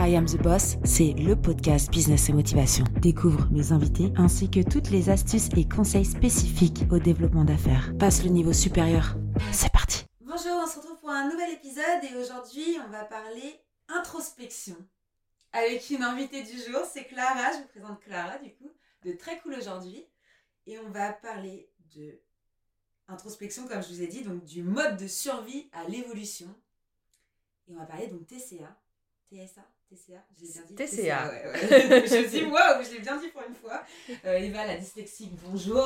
I Am The Boss, c'est le podcast Business et Motivation. Découvre mes invités ainsi que toutes les astuces et conseils spécifiques au développement d'affaires. Passe le niveau supérieur. C'est parti. Bonjour, on se retrouve pour un nouvel épisode et aujourd'hui on va parler introspection avec une invitée du jour, c'est Clara. Je vous présente Clara du coup, de Très Cool Aujourd'hui, et on va parler de introspection comme je vous ai dit, donc du mode de survie à l'évolution, et on va parler donc TCA. TCA, j'ai bien dit TCA. Ouais. Je dis waouh, je l'ai bien dit pour une fois. Eva la dyslexique, bonjour.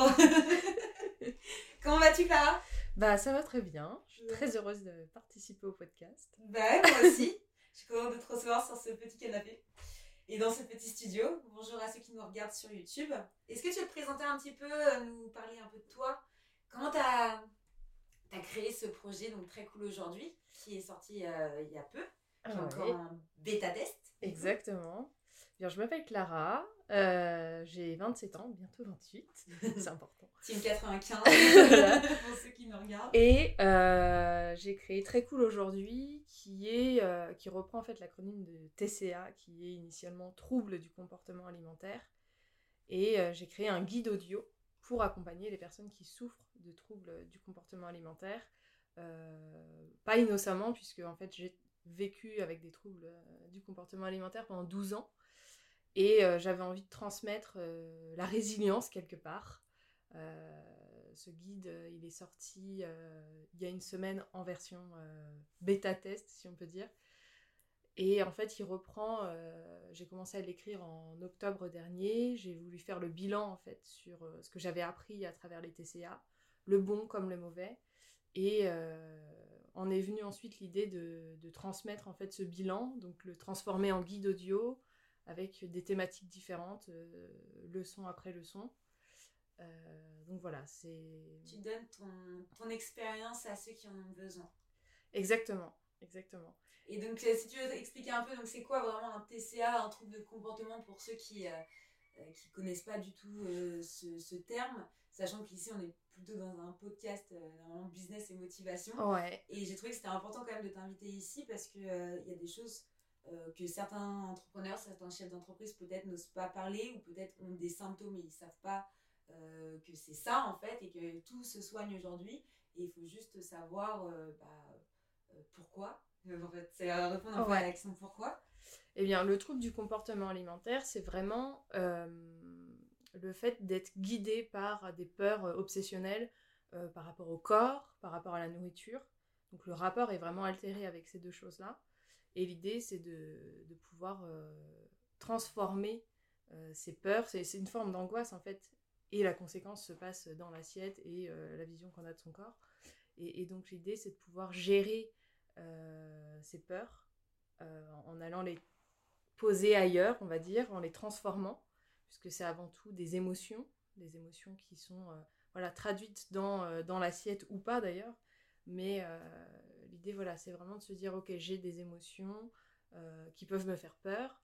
Comment vas-tu Clara? Bah ça va très bien, je suis très heureuse de participer au podcast. Bah moi aussi, je suis contente de te recevoir sur ce petit canapé et dans ce petit studio. Bonjour à ceux qui nous regardent sur YouTube. Est-ce que tu veux te présenter un petit peu, nous parler un peu de toi? Comment t'as créé ce projet donc Très Cool Aujourd'hui, qui est sorti il y a peu, qui est encore en bêta test? Exactement. Bien, je m'appelle Clara, j'ai 27 ans, bientôt 28, c'est important. Team 95, Voilà. pour ceux qui nous regardent. Et j'ai créé Très Cool Aujourd'hui, qui reprend en fait l'acronyme de TCA, qui est initialement Troubles du comportement alimentaire. Et j'ai créé un guide audio pour accompagner les personnes qui souffrent de troubles du comportement alimentaire. Pas innocemment, puisque en fait j'ai vécu avec des troubles du comportement alimentaire pendant 12 ans. Et j'avais envie de transmettre la résilience quelque part. Ce guide, il est sorti il y a une semaine en version bêta test, si on peut dire. Et en fait, il reprend, j'ai commencé à l'écrire en octobre dernier. J'ai voulu faire le bilan en fait sur ce que j'avais appris à travers les TCA, le bon comme le mauvais. Et en est venue ensuite l'idée de transmettre en fait ce bilan, donc le transformer en guide audio avec des thématiques différentes, leçon après leçon. Donc voilà, c'est... Tu donnes ton expérience à ceux qui en ont besoin. Exactement. Et donc, si tu veux expliquer un peu, donc c'est quoi vraiment un TCA, un trouble de comportement pour ceux qui connaissent pas du tout ce terme, sachant qu'ici on est plutôt dans un podcast normalement business et motivation. Ouais. Et j'ai trouvé que c'était important quand même de t'inviter ici parce que y a des choses que certains entrepreneurs, certains chefs d'entreprise peut-être n'osent pas parler ou peut-être ont des symptômes et ils savent pas que c'est ça en fait et que tout se soigne aujourd'hui. Et il faut juste savoir pourquoi. En fait, c'est répondre un peu à la question pourquoi. Eh bien, le trouble du comportement alimentaire, c'est vraiment le fait d'être guidé par des peurs obsessionnelles par rapport au corps, par rapport à la nourriture. Donc le rapport est vraiment altéré avec ces deux choses-là. Et l'idée, c'est de pouvoir transformer ces peurs. C'est une forme d'angoisse, en fait. Et la conséquence se passe dans l'assiette et la vision qu'on a de son corps. Et donc l'idée, c'est de pouvoir gérer ces peurs en allant les poser ailleurs, on va dire, en les transformant, puisque c'est avant tout des émotions qui sont traduites dans l'assiette ou pas d'ailleurs, mais l'idée c'est vraiment de se dire ok, j'ai des émotions qui peuvent me faire peur,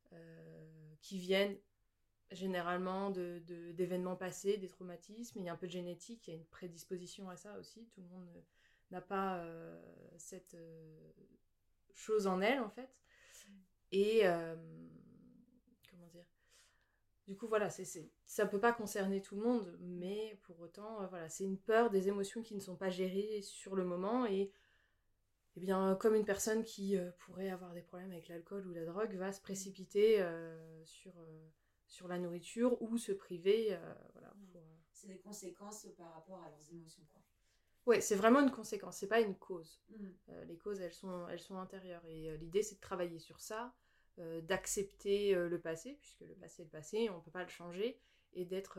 qui viennent généralement d'événements passés, des traumatismes. Il y a un peu de génétique, il y a une prédisposition à ça aussi, tout le monde n'a pas cette chose en elle en fait. Et comment dire, du coup ça peut pas concerner tout le monde, mais pour autant c'est une peur, des émotions qui ne sont pas gérées sur le moment. Et bien comme une personne qui pourrait avoir des problèmes avec l'alcool ou la drogue va se précipiter sur la nourriture ou se priver c'est des conséquences par rapport à leurs émotions quoi. Ouais, c'est vraiment une conséquence, c'est pas une cause. Les causes, elles sont intérieures. Et l'idée, c'est de travailler sur ça, d'accepter le passé, puisque le passé est le passé, on peut pas le changer, et d'être...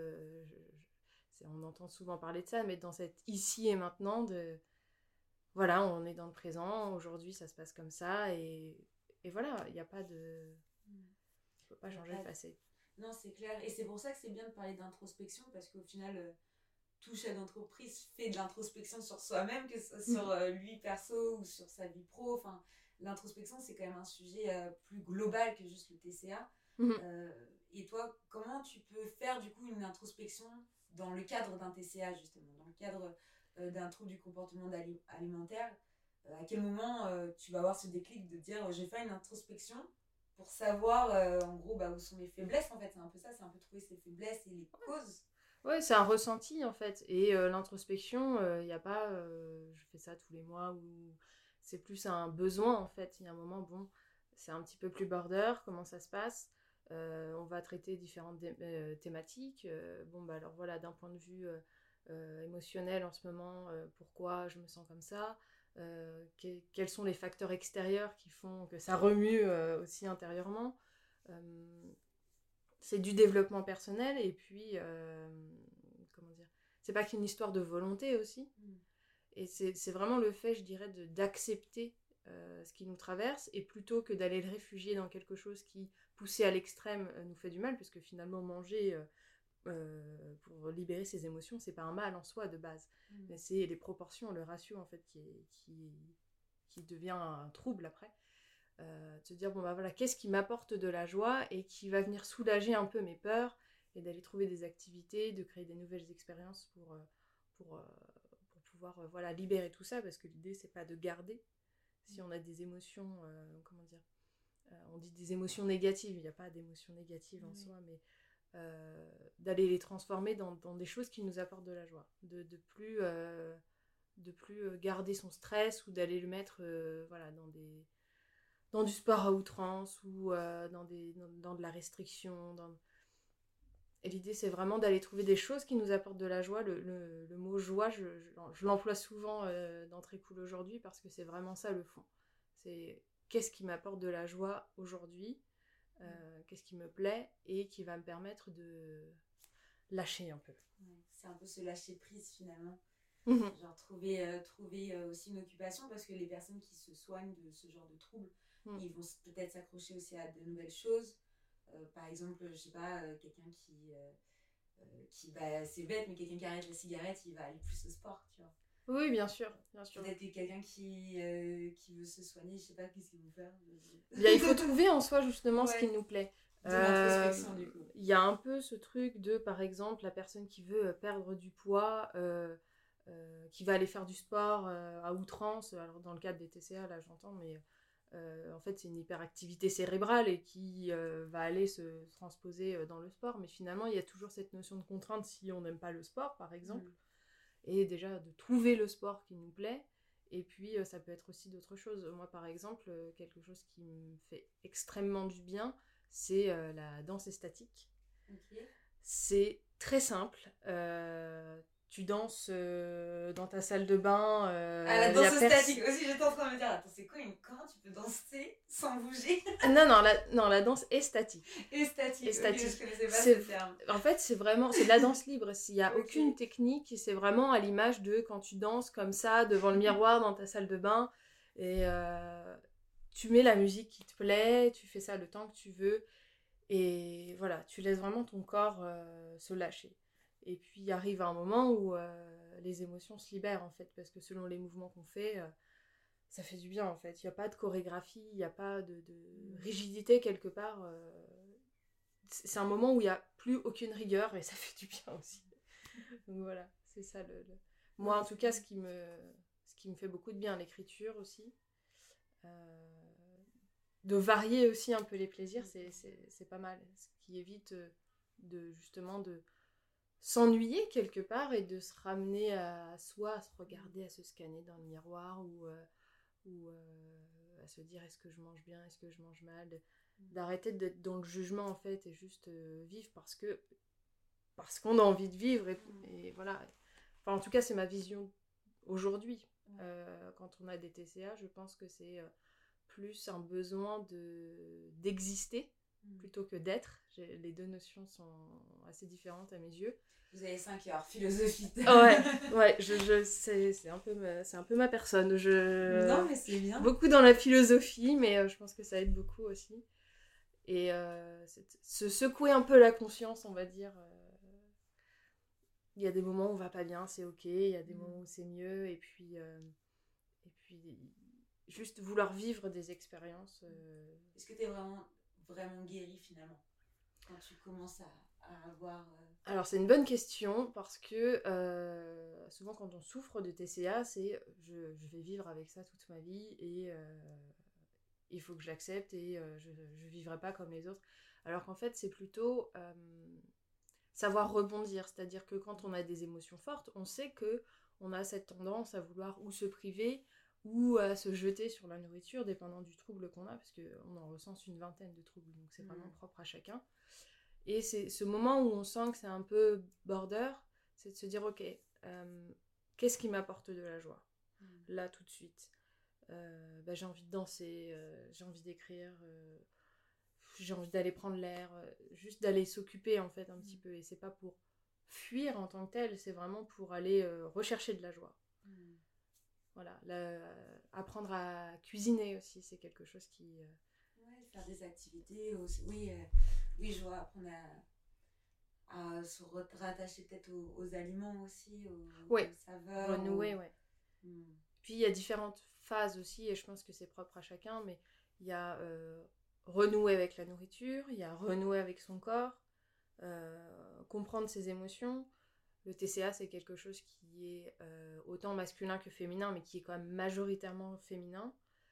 on entend souvent parler de ça, mais dans cet ici et maintenant, on est dans le présent, aujourd'hui, ça se passe comme ça, et voilà, il n'y a pas de... On peut pas changer le passé. Non, c'est clair. Et c'est pour ça que c'est bien de parler d'introspection, parce qu'au final... tout chef d'entreprise fait de l'introspection sur soi-même, que ce soit sur lui perso ou sur sa vie pro. Enfin, l'introspection, c'est quand même un sujet plus global que juste le TCA. Et toi, comment tu peux faire du coup une introspection dans le cadre d'un TCA, justement, dans le cadre d'un trouble du comportement alimentaire? À quel moment tu vas avoir ce déclic de dire j'ai fait une introspection pour savoir en gros où sont mes faiblesses en fait. C'est un peu ça, c'est un peu trouver ses faiblesses et les causes. Ouais, c'est un ressenti en fait. Et l'introspection, il n'y a pas je fais ça tous les mois ou c'est plus un besoin en fait. Il y a un moment, bon, c'est un petit peu plus border, comment ça se passe. On va traiter différentes thématiques. Alors voilà, d'un point de vue émotionnel en ce moment, pourquoi je me sens comme ça, quels sont les facteurs extérieurs qui font que ça remue aussi intérieurement. C'est du développement personnel et puis comment dire, c'est pas qu'une histoire de volonté aussi. Et c'est vraiment le fait, je dirais, d'accepter ce qui nous traverse, et plutôt que d'aller le réfugier dans quelque chose qui, poussé à l'extrême, nous fait du mal, parce que finalement manger pour libérer ses émotions, c'est pas un mal en soi de base, mais c'est les proportions, le ratio en fait qui devient un trouble après. De se dire voilà, qu'est-ce qui m'apporte de la joie et qui va venir soulager un peu mes peurs, et d'aller trouver des activités, de créer des nouvelles expériences pour pouvoir voilà, libérer tout ça, parce que l'idée c'est pas de garder. Si on a des émotions, on dit des émotions négatives, il n'y a pas d'émotions négatives en soi, mais d'aller les transformer dans des choses qui nous apportent de la joie, de plus garder son stress, ou d'aller le mettre voilà, dans du sport à outrance, ou dans de la restriction. Et l'idée, c'est vraiment d'aller trouver des choses qui nous apportent de la joie. Le mot joie, je l'emploie souvent dans Très Cool aujourd'hui, parce que c'est vraiment ça le fond. C'est qu'est-ce qui m'apporte de la joie aujourd'hui, qu'est-ce qui me plaît, et qui va me permettre de lâcher un peu. Ouais, c'est un peu se lâcher prise finalement. Mm-hmm. Genre trouver aussi une occupation, parce que les personnes qui se soignent de ce genre de troubles, ils vont peut-être s'accrocher aussi à de nouvelles choses. Par exemple, je sais pas, quelqu'un qui c'est bête, mais quelqu'un qui arrête la cigarette, il va aller plus au sport, tu vois. Oui, bien sûr. Peut-être quelqu'un qui veut se soigner, je sais pas qu'est-ce qu'il veut faire. Bien, il faut trouver en soi justement ce qui nous plaît. De l'introspection du coup. Il y a un peu ce truc de, par exemple, la personne qui veut perdre du poids, qui va aller faire du sport à outrance. Alors dans le cadre des TCA, là j'entends, mais en fait c'est une hyperactivité cérébrale et qui va aller se transposer dans le sport. Mais finalement, il y a toujours cette notion de contrainte si on n'aime pas le sport, par exemple. Et déjà de trouver le sport qui nous plaît. Et puis ça peut être aussi d'autres choses. Moi par exemple, quelque chose qui me fait extrêmement du bien, c'est la danse statique. C'est très simple. Tu danses dans ta salle de bain. La danse statique aussi, j'étais en train de me dire, attends, c'est quoi comment tu peux danser sans bouger? Non, la danse est statique. Statique. Okay, je connaissais pas ce terme. En fait, c'est de la danse libre. Il n'y a aucune technique, et c'est vraiment à l'image de quand tu danses comme ça devant le miroir dans ta salle de bain, et tu mets la musique qui te plaît, tu fais ça le temps que tu veux, et voilà, tu laisses vraiment ton corps se lâcher. Et puis il arrive un moment où les émotions se libèrent en fait, parce que selon les mouvements qu'on fait, ça fait du bien en fait. Il n'y a pas de chorégraphie, il n'y a pas de rigidité quelque part. C'est un moment où il n'y a plus aucune rigueur, et ça fait du bien aussi. Donc voilà, c'est ça moi en tout cas ce qui me fait beaucoup de bien, l'écriture aussi. De varier aussi un peu les plaisirs, c'est pas mal. Ce qui évite justement de s'ennuyer quelque part, et de se ramener à soi, à se regarder, à se scanner dans le miroir, ou à se dire est-ce que je mange bien, est-ce que je mange mal, d'arrêter d'être dans le jugement en fait, et juste vivre parce qu'on a envie de vivre, et voilà. Enfin en tout cas c'est ma vision aujourd'hui. Quand on a des TCA, je pense que c'est plus un besoin d'exister plutôt que d'être. Les deux notions sont assez différentes à mes yeux. Vous avez 5 heures, philosophie. Ouais, c'est un peu ma personne. Non, mais c'est bien. Beaucoup dans la philosophie, mais je pense que ça aide beaucoup aussi. Et se secouer un peu la conscience, on va dire. Il y a des moments où on va pas bien, c'est ok. Il y a des moments où c'est mieux. Et puis juste vouloir vivre des expériences. Est-ce que tu es vraiment guérie finalement quand tu commences à avoir... Alors c'est une bonne question, parce que souvent quand on souffre de TCA, c'est je vais vivre avec ça toute ma vie, et il faut que je l'accepte et je ne vivrai pas comme les autres. Alors qu'en fait, c'est plutôt savoir rebondir. C'est-à-dire que quand on a des émotions fortes, on sait qu'on a cette tendance à vouloir ou se priver ou à se jeter sur la nourriture, dépendant du trouble qu'on a, parce qu'on en recense une vingtaine de troubles, donc c'est vraiment propre à chacun. Et c'est ce moment où on sent que c'est un peu border, c'est de se dire, ok, qu'est-ce qui m'apporte de la joie là tout de suite. J'ai envie de danser, j'ai envie d'écrire, j'ai envie d'aller prendre l'air, juste d'aller s'occuper en fait un petit peu. Et c'est pas pour fuir en tant que tel, c'est vraiment pour aller rechercher de la joie. Voilà, apprendre à cuisiner aussi, c'est quelque chose qui... Ouais, faire des activités aussi. Oui, je vois, apprendre à se rattacher peut-être aux aliments aussi, aux saveurs. Renouer, ouais. Puis il y a différentes phases aussi, et je pense que c'est propre à chacun, mais il y a renouer avec la nourriture, il y a renouer avec son corps, comprendre ses émotions. Le TCA, c'est quelque chose qui est autant masculin que féminin, mais qui est quand même majoritairement féminin.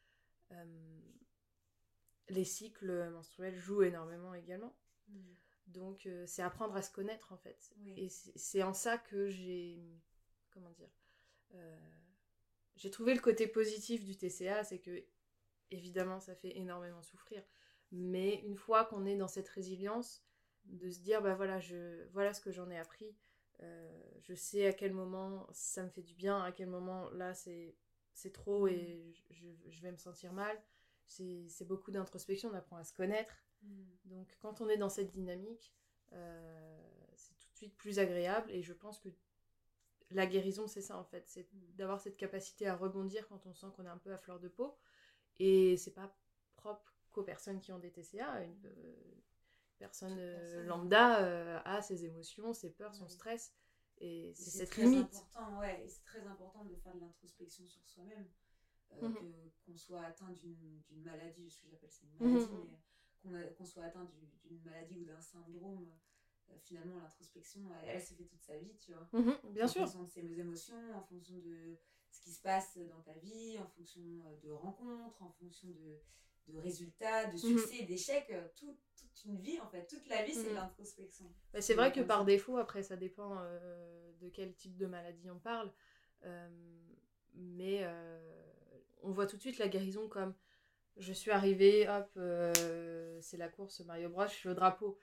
Les cycles menstruels jouent énormément également. Donc, c'est apprendre à se connaître, en fait. Oui. Et c'est en ça que j'ai... Comment dire j'ai trouvé le côté positif du TCA, c'est que, évidemment, ça fait énormément souffrir. Mais une fois qu'on est dans cette résilience, de se dire, voilà ce que j'en ai appris, je sais à quel moment ça me fait du bien, à quel moment, là, c'est trop et je vais me sentir mal. C'est beaucoup d'introspection, on apprend à se connaître. Donc, quand on est dans cette dynamique, c'est tout de suite plus agréable. Et je pense que la guérison, c'est ça, en fait. C'est d'avoir cette capacité à rebondir quand on sent qu'on est un peu à fleur de peau. Et c'est pas propre qu'aux personnes qui ont des TCA. Une personne lambda a ses émotions, ses peurs, son stress. Et c'est cette limite. C'est très important de faire de l'introspection sur soi-même. Qu'on soit atteint d'une maladie, ce que j'appelle ça une maladie, mais qu'on soit atteint d'une maladie ou d'un syndrome, finalement l'introspection elle se fait toute sa vie, tu vois. Bien sûr. En fonction de ses émotions, en fonction de ce qui se passe dans ta vie, en fonction de rencontres, en fonction de résultats, de succès, d'échecs, toute une vie en fait, toute la vie c'est de l'introspection. C'est vrai que par défaut, après ça dépend de quel type de maladie on parle, mais on voit tout de suite la guérison comme je suis arrivée, hop, c'est la course Mario Bros, je suis au drapeau.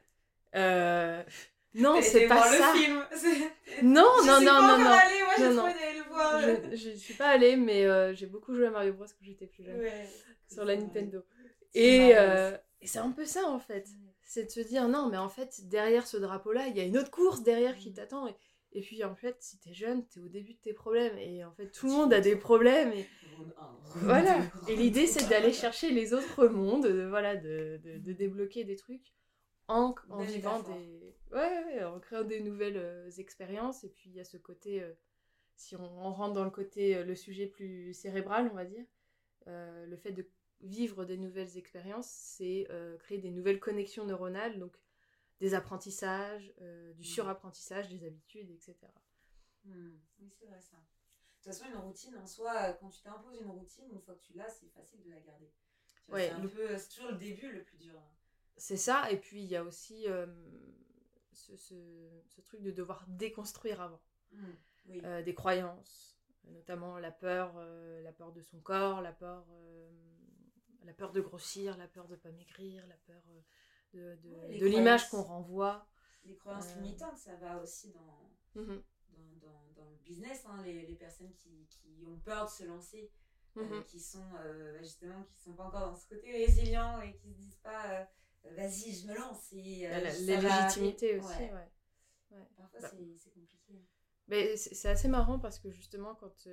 Non, c'est pas ça. Le film. Non. Allée, moi j'ai trop d'aller le voir. Je suis pas allée, mais j'ai beaucoup joué à Mario Bros quand j'étais plus jeune, sur la Nintendo. Et c'est un peu ça en fait. C'est de se dire non, mais en fait derrière ce drapeau-là, il y a une autre course derrière qui t'attend. Et puis en fait, si t'es jeune, t'es au début de tes problèmes. Et en fait, tout le monde a des problèmes. Et voilà. Et l'idée, c'est d'aller chercher les autres mondes, de débloquer des trucs en vivant en créant des nouvelles expériences. Et puis il y a ce côté, si on rentre dans le côté, le sujet plus cérébral, on va dire, le fait de vivre des nouvelles expériences, c'est créer des nouvelles connexions neuronales, donc des apprentissages, du surapprentissage, des habitudes, etc. Oui, c'est vrai ça. De toute façon, une routine en soi, quand tu t'imposes une routine, une fois que tu l'as, c'est facile de la garder. C'est toujours le début le plus dur. C'est ça, et puis il y a aussi ce truc de devoir déconstruire avant. Des croyances, notamment la peur de son corps, la peur de grossir, la peur de ne pas maigrir, la peur de l'image qu'on renvoie. Les croyances limitantes, ça va aussi dans le business, les personnes qui ont peur de se lancer, qui sont justement qui sont pas encore dans ce côté résilient et qui se disent pas vas-y je me lance. Et, les légitimités aussi, ouais. Parfois c'est compliqué. Mais c'est assez marrant parce que justement quand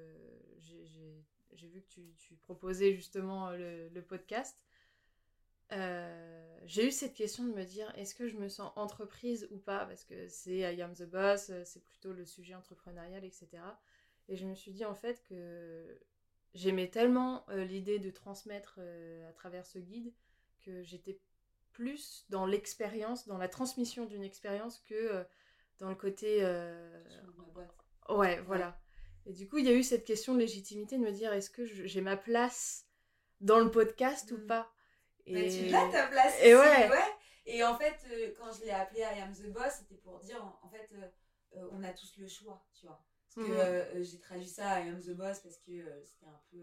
j'ai vu que tu proposais justement le podcast, j'ai eu cette question de me dire est-ce que je me sens entreprise ou pas, parce que c'est I am the boss, c'est plutôt le sujet entrepreneurial, etc. Et je me suis dit en fait que j'aimais tellement l'idée de transmettre à travers ce guide que j'étais plus dans l'expérience, dans la transmission d'une expérience que dans le côté voilà. Et du coup il y a eu cette question de légitimité, de me dire est-ce que j'ai ma place dans le podcast ou pas. Et tu l'as ta place et ici, ouais. Et en fait, quand je l'ai appelé I am the boss, c'était pour dire, en fait, on a tous le choix, tu vois. Parce que j'ai traduit ça I am the boss parce que c'était un peu...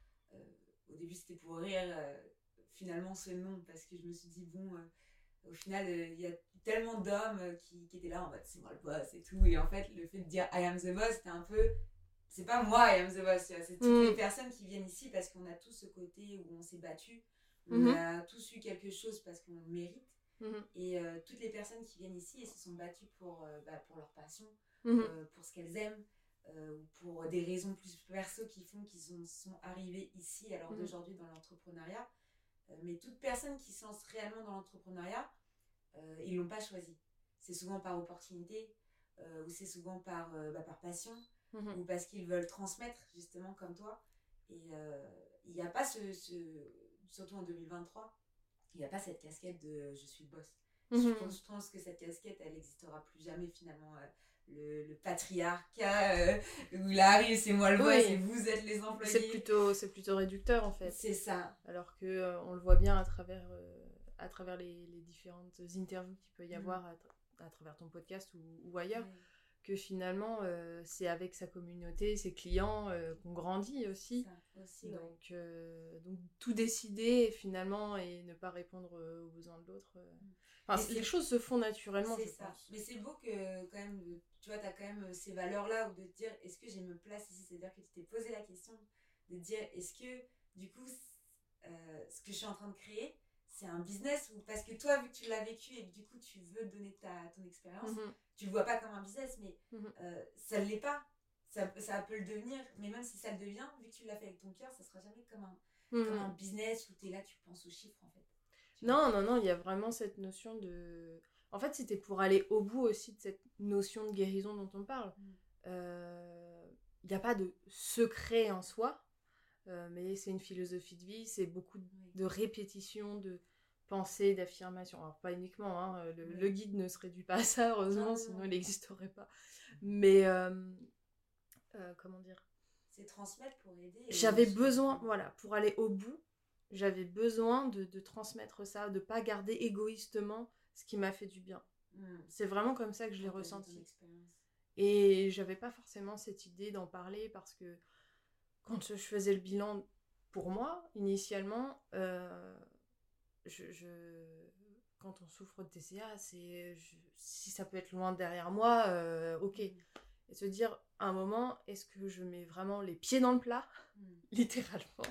au début, c'était pour rire, finalement, ce nom, parce que je me suis dit, bon, au final, il y a tellement d'hommes qui étaient là en mode, c'est moi le boss et tout. Et en fait, le fait de dire I am the boss, c'était un peu... C'est pas moi I am the boss, tu vois. C'est toutes les personnes qui viennent ici parce qu'on a tous ce côté où on s'est battu. On a tous eu quelque chose parce qu'on le mérite. Et toutes les personnes qui viennent ici et se sont battues pour leur passion, pour ce qu'elles aiment, ou pour des raisons plus perso qui font qu'ils sont arrivés ici à l'heure d'aujourd'hui dans l'entrepreneuriat. Mais toute personne qui se lance réellement dans l'entrepreneuriat, ils l'ont pas choisi. C'est souvent par opportunité, ou c'est souvent par passion, ou parce qu'ils veulent transmettre, justement, comme toi. Et il n'y a pas surtout en 2023, il n'y a pas cette casquette de je suis le boss. Je pense que cette casquette, elle n'existera plus jamais finalement. Le patriarcat où il arrive, c'est moi le boss et vous êtes les employés. C'est plutôt réducteur en fait. C'est ça. Alors que on le voit bien à travers les différentes interviews qu'il peut y avoir à travers ton podcast ou ailleurs. Que finalement c'est avec sa communauté, ses clients qu'on grandit aussi. Ça, aussi donc tout décider finalement et ne pas répondre aux besoins de l'autre. Les choses se font naturellement, je pense. Mais c'est beau que quand même, tu vois, tu as quand même ces valeurs-là, ou de te dire, est-ce que j'ai ma place ici? C'est-à-dire que tu t'es posé la question de te dire, est-ce que du coup, ce que je suis en train de créer, c'est un business, ou parce que toi, vu que tu l'as vécu et que du coup tu veux donner ton expérience, tu le vois pas comme un business, mais ça ne l'est pas. Ça peut le devenir, mais même si ça le devient, vu que tu l'as fait avec ton cœur, ça sera jamais comme un business où tu es là, tu penses aux chiffres en fait. Non, il y a vraiment cette notion de... En fait, c'était pour aller au bout aussi de cette notion de guérison dont on parle. Il n'y a pas de secret en soi, mais c'est une philosophie de vie, c'est beaucoup de répétitions, de pensées, d'affirmations. Alors, pas uniquement, le guide ne se réduit pas à ça, heureusement, sinon il n'existerait pas. Mais, comment dire ? C'est transmettre pour aider. J'avais besoin, pour aller au bout, j'avais besoin de transmettre ça, de pas garder égoïstement ce qui m'a fait du bien. C'est vraiment comme ça que je l'ai ressenti. Et j'avais pas forcément cette idée d'en parler parce que quand je faisais le bilan pour moi, initialement, quand on souffre de TCA, si ça peut être loin derrière moi, ok. Et se dire, à un moment, est-ce que je mets vraiment les pieds dans le plat, littéralement,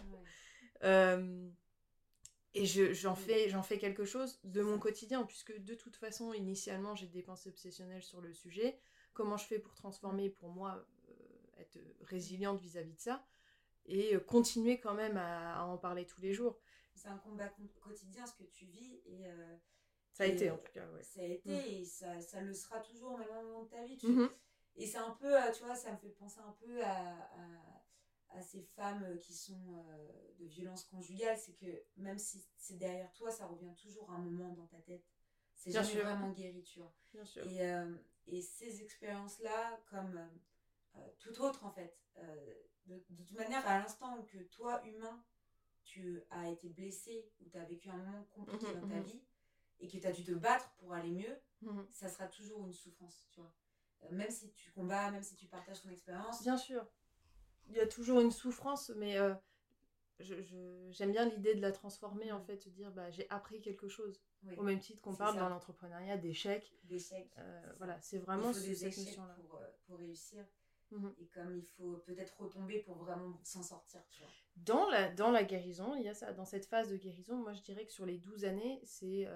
et j'en fais quelque chose de mon quotidien, puisque de toute façon, initialement, j'ai des pensées obsessionnelles sur le sujet. Comment je fais pour transformer, pour moi, être résiliente vis-à-vis de ça, et continuer quand même à en parler tous les jours. C'est un combat quotidien, ce que tu vis, et ça a été en tout cas, ouais. Ça a été, et ça le sera toujours, même au moment de ta vie. Et c'est un peu, tu vois, ça me fait penser un peu à ces femmes qui sont de violence conjugale. C'est que même si c'est derrière toi, ça revient toujours à un moment dans ta tête. C'est jamais vraiment guéri, tu vois. Bien sûr. Et ces expériences-là, comme tout autre en fait, de toute manière, à l'instant où que toi, humain, tu as été blessé, ou tu as vécu un moment compliqué dans ta vie, et que tu as dû te battre pour aller mieux, ça sera toujours une souffrance, tu vois. Même si tu combats, même si tu partages ton expérience. Bien sûr. Il y a toujours une souffrance, mais j'aime bien l'idée de la transformer, en fait, de dire, j'ai appris quelque chose. Au même titre qu'on parle dans l'entrepreneuriat d'échecs. Voilà, c'est vraiment cette notion-là. Pour réussir. Et comme il faut peut-être retomber pour vraiment s'en sortir, tu vois. Dans la guérison, il y a ça. Dans cette phase de guérison, moi je dirais que sur les 12 années, j'ai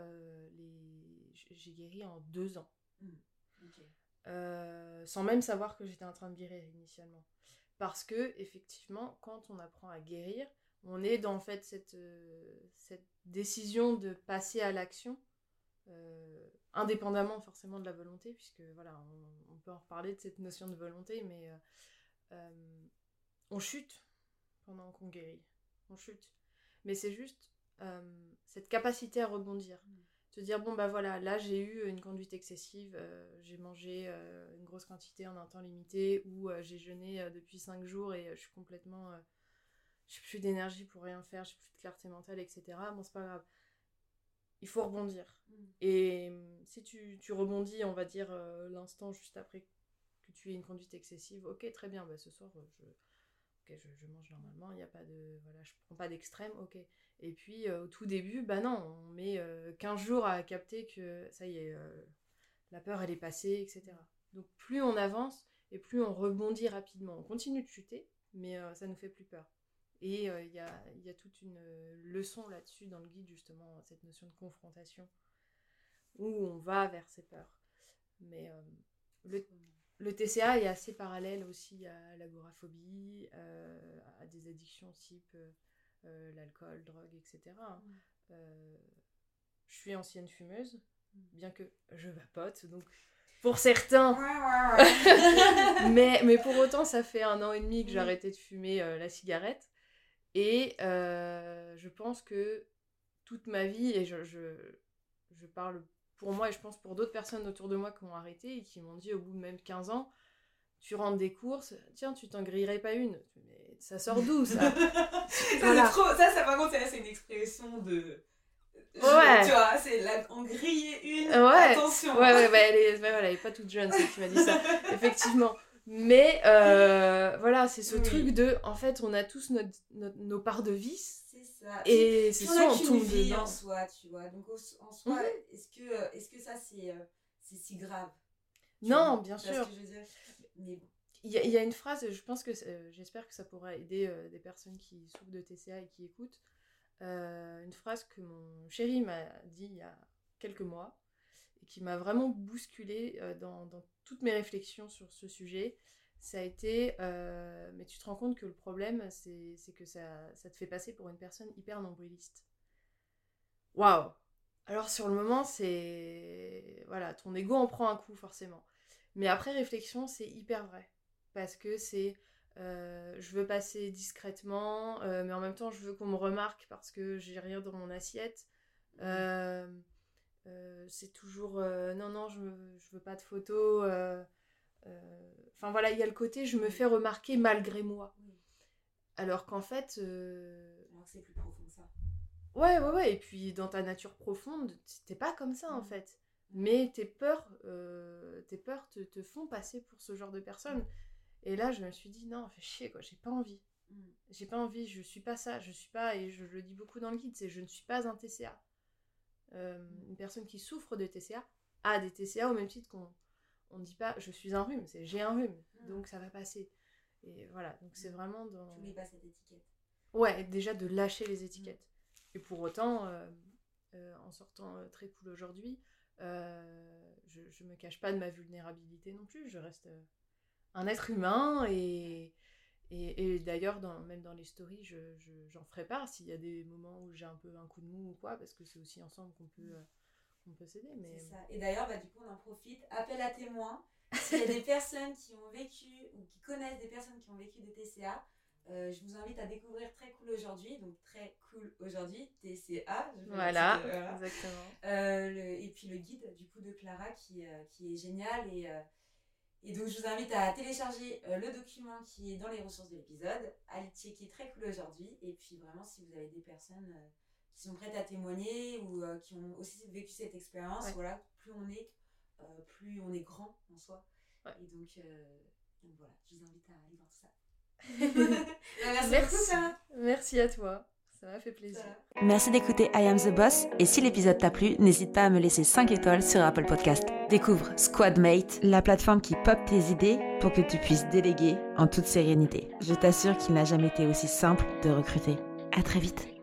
guéri en 2 ans. Sans même savoir que j'étais en train de guérir initialement. Parce que, effectivement, quand on apprend à guérir, on est dans en fait, cette décision de passer à l'action, indépendamment forcément de la volonté, puisque voilà, on peut en reparler de cette notion de volonté, mais on chute pendant qu'on guérit. On chute. Mais c'est juste cette capacité à rebondir. Se dire, voilà, là j'ai eu une conduite excessive, j'ai mangé une grosse quantité en un temps limité, ou j'ai jeûné depuis 5 jours et je suis complètement j'ai plus d'énergie pour rien faire, j'ai plus de clarté mentale, etc. Bon, c'est pas grave. Il faut rebondir. Et si tu rebondis, on va dire, l'instant juste après que tu aies une conduite excessive, ok, très bien, ce soir, je mange normalement, il n'y a pas de... Voilà, je prends pas d'extrême, ok. Et puis, au tout début, non, on met 15 jours à capter que, ça y est, la peur, elle est passée, etc. Donc, plus on avance, et plus on rebondit rapidement. On continue de chuter, mais ça nous fait plus peur. Et il y a toute une leçon là-dessus dans le guide, justement, cette notion de confrontation, où on va vers ces peurs. Mais le TCA est assez parallèle aussi à l'agoraphobie, à des addictions type l'alcool, drogue, etc. Je suis ancienne fumeuse, bien que je vapote, donc pour certains... mais pour autant, ça fait 1 an et demi que j'ai arrêté de fumer la cigarette. Et je pense que toute ma vie, et je parle pour moi et je pense pour d'autres personnes autour de moi qui ont arrêté et qui m'ont dit au bout de même 15 ans, tu rentres des courses, tiens, tu t'en grillerais pas une. Mais ça sort d'où, ça? Voilà. Ça par contre, c'est une expression de... Tu vois, c'est en griller une, attention. Elle est pas toute jeune, celle qui m'a dit ça, effectivement. Mais voilà, c'est ce truc de, en fait, on a tous nos parts de vice. C'est ça. Et c'est ça, on tombe dedans. En soi, tu vois. Donc en soi, est-ce que ça c'est si grave? Non, bien sûr. C'est ce que je veux dire. Mais bon. Il y a une phrase, je pense que j'espère que ça pourra aider des personnes qui souffrent de TCA et qui écoutent. Une phrase que mon chéri m'a dit il y a quelques mois et qui m'a vraiment bousculée dans toutes mes réflexions sur ce sujet. Ça a été mais tu te rends compte que le problème c'est que ça te fait passer pour une personne hyper nombriliste. Waouh! Alors sur le moment c'est... Voilà, ton ego en prend un coup forcément. Mais après réflexion c'est hyper vrai. Parce que c'est... je veux passer discrètement, mais en même temps je veux qu'on me remarque parce que j'ai rien dans mon assiette. C'est toujours non, je veux pas de photos. Enfin voilà, il y a le côté je me fais remarquer malgré moi. Alors qu'en fait... Alors que c'est plus profond que ça. Ouais, et puis dans ta nature profonde, t'es pas comme ça en fait. Mais tes peurs te font passer pour ce genre de personne. Et là, je me suis dit, non, fais chier, quoi, j'ai pas envie. J'ai pas envie, je suis pas ça, je suis pas, et je le dis beaucoup dans le guide, c'est je ne suis pas un TCA. Une personne qui souffre de TCA a des TCA au même titre qu'on ne dit pas, je suis un rhume, c'est j'ai un rhume, donc ça va passer. Et voilà, donc c'est vraiment dans... Tu n'oublies pas cette étiquette. Ouais, déjà de lâcher les étiquettes. Et pour autant, en sortant très cool aujourd'hui, je me cache pas de ma vulnérabilité non plus, je reste... un être humain et d'ailleurs même dans les stories j'en ferai part s'il y a des moments où j'ai un peu un coup de mou ou quoi parce que c'est aussi ensemble qu'on peut s'aider mais... C'est ça. Et d'ailleurs du coup on en profite, appel à témoins s'il y a des personnes qui ont vécu ou qui connaissent des personnes qui ont vécu des TCA, je vous invite à découvrir Très Cool Aujourd'hui, donc Très Cool Aujourd'hui, TCA. Voilà, exactement. Et puis le guide du coup de Clara qui est génial et donc je vous invite à télécharger le document qui est dans les ressources de l'épisode, à le checker Très Cool Aujourd'hui, et puis vraiment si vous avez des personnes qui sont prêtes à témoigner ou qui ont aussi vécu cette expérience, voilà, plus on est grand en soi. Et donc voilà, je vous invite à aller voir ça. Merci beaucoup, Sarah. Merci à toi. Ça m'a fait plaisir. Merci d'écouter I Am The Boss et si l'épisode t'a plu, n'hésite pas à me laisser 5 étoiles sur Apple Podcast. Découvre Squadmate, la plateforme qui pop tes idées pour que tu puisses déléguer en toute sérénité. Je t'assure qu'il n'a jamais été aussi simple de recruter. À très vite.